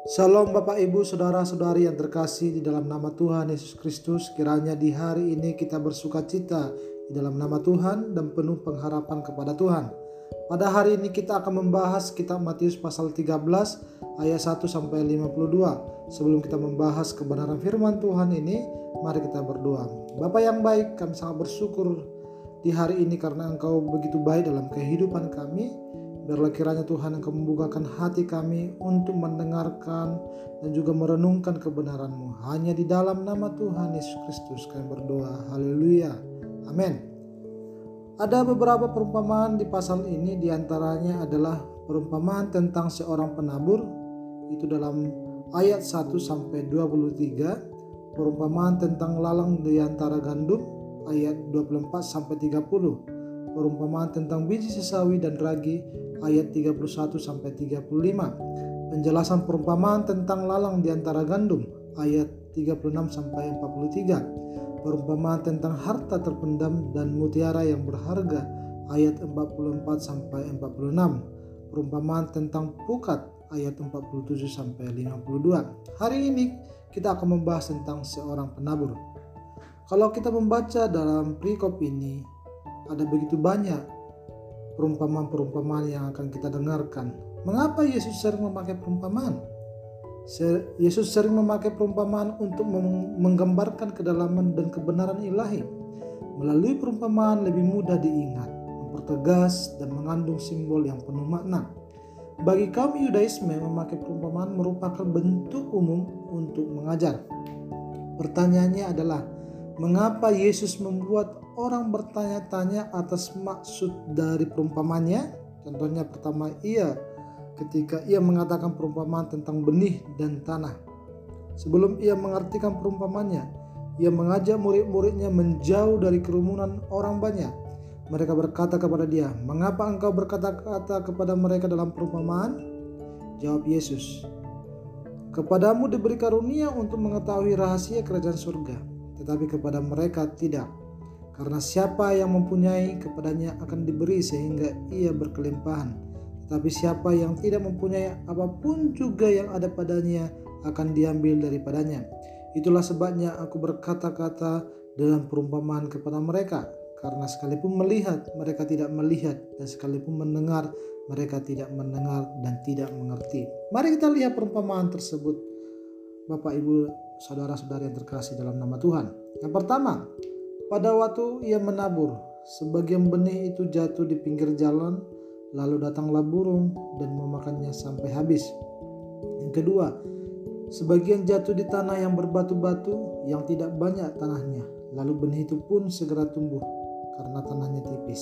Shalom Bapak Ibu Saudara-saudari yang terkasih di dalam nama Tuhan Yesus Kristus. Kiranya di hari ini kita bersuka cita di dalam nama Tuhan dan penuh pengharapan kepada Tuhan. Pada hari ini kita akan membahas kitab Matius pasal 13 ayat 1 sampai 52. Sebelum kita membahas kebenaran firman Tuhan ini, mari kita berdoa. Bapa yang baik, kami sangat bersyukur di hari ini karena Engkau begitu baik dalam kehidupan kami. Biarlah kiranya Tuhan Engkau membukakan hati kami untuk mendengarkan dan juga merenungkan kebenaran-Mu. Hanya di dalam nama Tuhan Yesus Kristus kami berdoa. Haleluya. Amin. Ada beberapa perumpamaan di pasal ini, diantaranya adalah perumpamaan tentang seorang penabur, itu dalam ayat 1 sampai 23, perumpamaan tentang lalang di antara gandum, ayat 24 sampai 30, perumpamaan tentang biji sesawi dan ragi, ayat 31 sampai 35. Penjelasan perumpamaan tentang lalang di antara gandum, ayat 36 sampai 43. Perumpamaan tentang harta terpendam dan mutiara yang berharga, ayat 44 sampai 46. Perumpamaan tentang pukat, ayat 47 sampai 52. Hari ini kita akan membahas tentang seorang penabur. Kalau kita membaca dalam perikop ini, ada begitu banyak perumpamaan-perumpamaan yang akan kita dengarkan. Mengapa Yesus sering memakai perumpamaan? Yesus sering memakai perumpamaan untuk menggambarkan kedalaman dan kebenaran ilahi. Melalui perumpamaan lebih mudah diingat, mempertegas, dan mengandung simbol yang penuh makna. Bagi kaum Yudaisme, memakai perumpamaan merupakan bentuk umum untuk mengajar. Pertanyaannya adalah, mengapa Yesus membuat orang bertanya-tanya atas maksud dari perumpamannya? Contohnya pertama, ketika ia mengatakan perumpamaan tentang benih dan tanah. Sebelum ia mengartikan perumpamannya, ia mengajak murid-muridnya menjauh dari kerumunan orang banyak. Mereka berkata kepada dia, "Mengapa engkau berkata-kata kepada mereka dalam perumpamaan?" Jawab Yesus, "Kepadamu diberi karunia untuk mengetahui rahasia kerajaan surga, tetapi kepada mereka tidak. Karena siapa yang mempunyai, kepadanya akan diberi sehingga ia berkelimpahan. Tetapi siapa yang tidak mempunyai, apapun juga yang ada padanya akan diambil daripadanya. Itulah sebabnya aku berkata-kata dalam perumpamaan kepada mereka. Karena sekalipun melihat, mereka tidak melihat, dan sekalipun mendengar, mereka tidak mendengar dan tidak mengerti." Mari kita lihat perumpamaan tersebut, Bapak Ibu Saudara-saudari yang terkasih dalam nama Tuhan. Yang pertama, pada waktu ia menabur, sebagian benih itu jatuh di pinggir jalan, lalu datanglah burung dan memakannya sampai habis. Yang kedua, sebagian jatuh di tanah yang berbatu-batu, yang tidak banyak tanahnya, lalu benih itu pun segera tumbuh karena tanahnya tipis.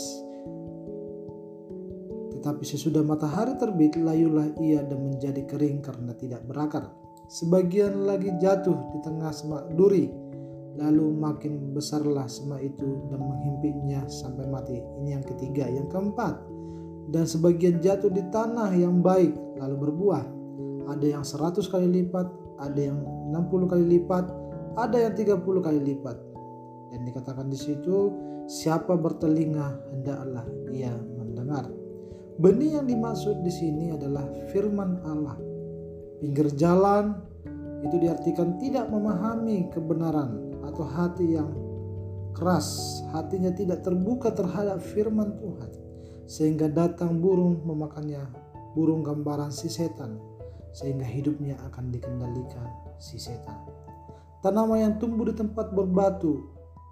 Tetapi sesudah matahari terbit, layulah ia dan menjadi kering karena tidak berakar. Sebagian lagi jatuh di tengah semak duri, lalu makin besarlah semak itu dan menghimpitnya sampai mati. Ini yang ketiga. Yang keempat, dan sebagian jatuh di tanah yang baik, lalu berbuah. Ada yang 100 kali lipat, ada yang 60 kali lipat, ada yang 30 kali lipat. Dan dikatakan di situ, siapa bertelinga hendaklah ia mendengar. Benih yang dimaksud di sini adalah firman Allah. Pinggir jalan itu diartikan tidak memahami kebenaran atau hati yang keras, hatinya tidak terbuka terhadap firman Tuhan, sehingga datang burung memakannya, burung gambaran si setan, sehingga hidupnya akan dikendalikan si setan. Tanaman yang tumbuh di tempat berbatu,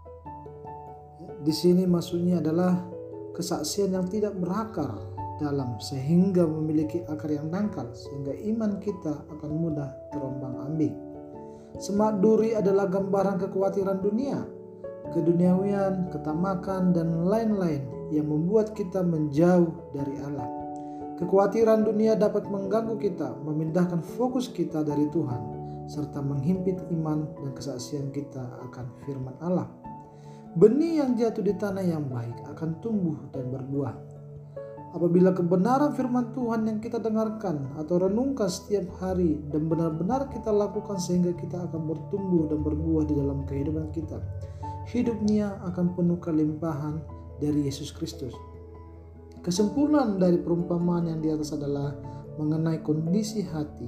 di sini maksudnya adalah kesaksian yang tidak berakar dalam, sehingga memiliki akar yang dangkal, sehingga iman kita akan mudah terombang-ambing. Semak duri adalah gambaran kekhawatiran dunia, keduniawian, ketamakan, dan lain-lain yang membuat kita menjauh dari Allah. Kekhawatiran dunia dapat mengganggu kita, memindahkan fokus kita dari Tuhan, serta menghimpit iman dan kesaksian kita akan firman Allah. Benih yang jatuh di tanah yang baik akan tumbuh dan berbuah. Apabila kebenaran firman Tuhan yang kita dengarkan atau renungkan setiap hari dan benar-benar kita lakukan, sehingga kita akan bertumbuh dan berbuah di dalam kehidupan kita, hidupnya akan penuh kelimpahan dari Yesus Kristus. Kesimpulan dari perumpamaan yang di atas adalah mengenai kondisi hati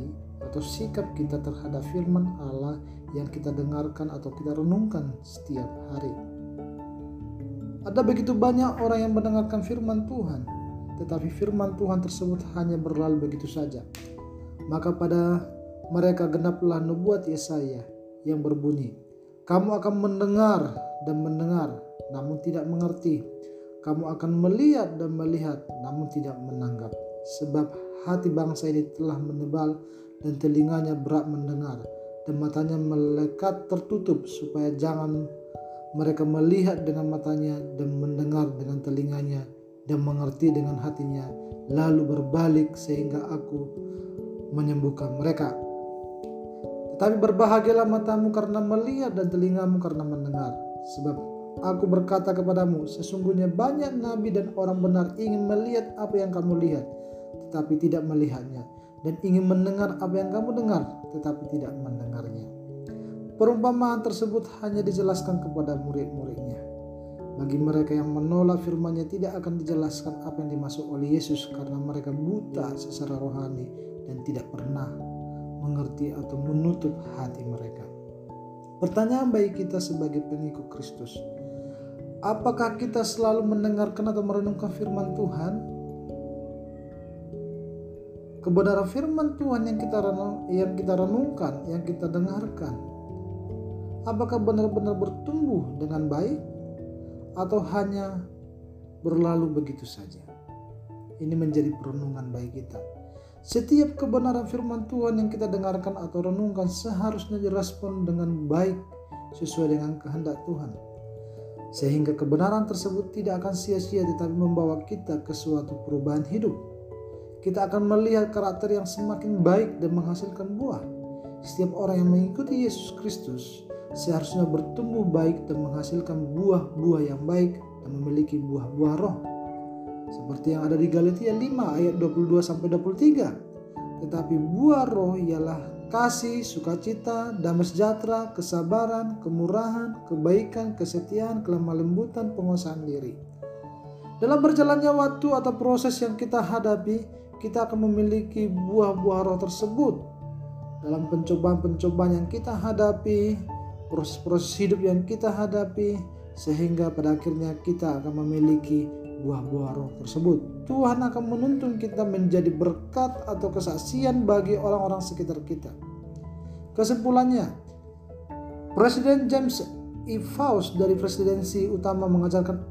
atau sikap kita terhadap firman Allah yang kita dengarkan atau kita renungkan setiap hari. Ada begitu banyak orang yang mendengarkan firman Tuhan, tetapi firman Tuhan tersebut hanya berlalu begitu saja. Maka pada mereka genaplah nubuat Yesaya yang berbunyi, "Kamu akan mendengar dan mendengar, namun tidak mengerti. Kamu akan melihat dan melihat, namun tidak menanggap. Sebab hati bangsa ini telah menebal dan telinganya berat mendengar, dan matanya melekat tertutup, supaya jangan mereka melihat dengan matanya dan mendengar dengan telinganya dan mengerti dengan hatinya, lalu berbalik sehingga aku menyembuhkan mereka. Tetapi berbahagialah matamu karena melihat dan telingamu karena mendengar. Sebab aku berkata kepadamu, sesungguhnya banyak nabi dan orang benar ingin melihat apa yang kamu lihat, tetapi tidak melihatnya, dan ingin mendengar apa yang kamu dengar, tetapi tidak mendengarnya." Perumpamaan tersebut hanya dijelaskan kepada murid-muridnya. Bagi mereka yang menolak firman-Nya tidak akan dijelaskan apa yang dimaksud oleh Yesus, karena mereka buta secara rohani dan tidak pernah mengerti atau menutup hati mereka. Pertanyaan bagi kita sebagai pengikut Kristus, apakah kita selalu mendengarkan atau merenungkan firman Tuhan? Kebenaran firman Tuhan yang kita renungkan, yang kita dengarkan, apakah benar-benar bertumbuh dengan baik atau hanya berlalu begitu saja? Ini menjadi perenungan bagi kita. Setiap kebenaran firman Tuhan yang kita dengarkan atau renungkan seharusnya direspon dengan baik sesuai dengan kehendak Tuhan, sehingga kebenaran tersebut tidak akan sia-sia tetapi membawa kita ke suatu perubahan hidup. Kita akan melihat karakter yang semakin baik dan menghasilkan buah. Setiap orang yang mengikuti Yesus Kristus seharusnya bertumbuh baik dan menghasilkan buah-buah yang baik dan memiliki buah-buah roh. Seperti yang ada di Galatia 5 ayat 22-23. Tetapi buah roh ialah kasih, sukacita, damai sejahtera, kesabaran, kemurahan, kebaikan, kesetiaan, kelemah lembutan, penguasaan diri. Dalam berjalannya waktu atau proses yang kita hadapi, kita akan memiliki buah-buah roh tersebut. Dalam pencobaan-pencobaan yang kita hadapi, proses-proses hidup yang kita hadapi, sehingga pada akhirnya kita akan memiliki buah-buah roh tersebut. Tuhan akan menuntun kita menjadi berkat atau kesaksian bagi orang-orang sekitar kita. Kesimpulannya, Presiden James E. Faust dari presidensi utama mengajarkan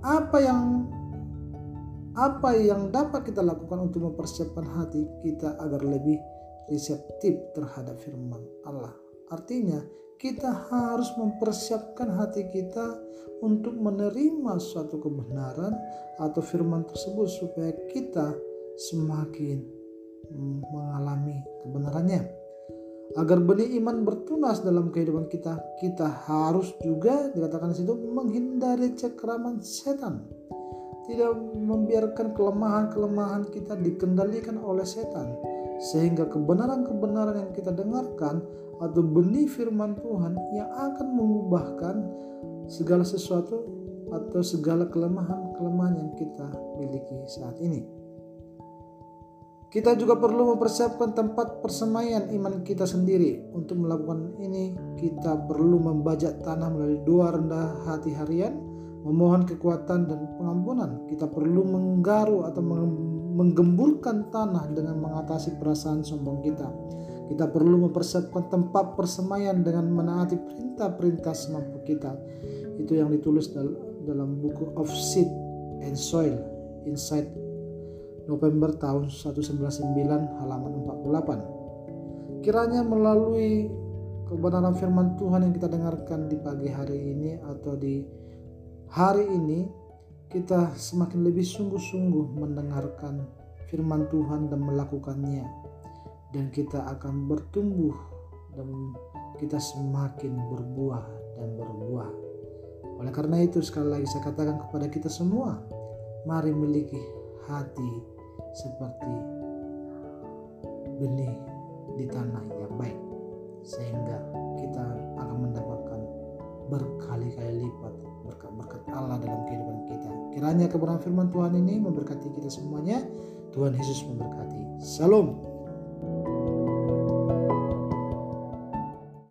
apa yang dapat kita lakukan untuk mempersiapkan hati kita agar lebih reseptif terhadap firman Allah. Artinya, kita harus mempersiapkan hati kita untuk menerima suatu kebenaran atau firman tersebut supaya kita semakin mengalami kebenarannya. Agar benih iman bertunas dalam kehidupan kita, kita harus juga dikatakan di situ menghindari cengkraman setan. Tidak membiarkan kelemahan-kelemahan kita dikendalikan oleh setan, sehingga kebenaran-kebenaran yang kita dengarkan atau benih firman Tuhan yang akan mengubahkan segala sesuatu atau segala kelemahan-kelemahan yang kita miliki saat ini. Kita juga perlu mempersiapkan tempat persemaian iman kita sendiri. Untuk melakukan ini, kita perlu membajak tanah melalui doa rendah hati harian, memohon kekuatan dan pengampunan. Kita perlu menggaru atau menggemburkan tanah dengan mengatasi perasaan sombong kita. Kita perlu mempersiapkan tempat persemaian dengan menaati perintah-perintah semampu kita. Itu yang ditulis dalam buku Of Seed and Soil Inside November tahun 199 halaman 48. Kiranya melalui kebenaran firman Tuhan yang kita dengarkan di pagi hari ini atau di hari ini, kita semakin lebih sungguh-sungguh mendengarkan firman Tuhan dan melakukannya, dan kita akan bertumbuh dan kita semakin berbuah dan berbuah. Oleh karena itu, sekali lagi saya katakan kepada kita semua, mari miliki hati seperti benih di tanah yang baik, sehingga kita akan mendapatkan berkali-kali lipat berkat-berkat Allah dalam kehidupan kita. Kiranya kebenaran firman Tuhan ini memberkati kita semuanya. Tuhan Yesus memberkati. Shalom.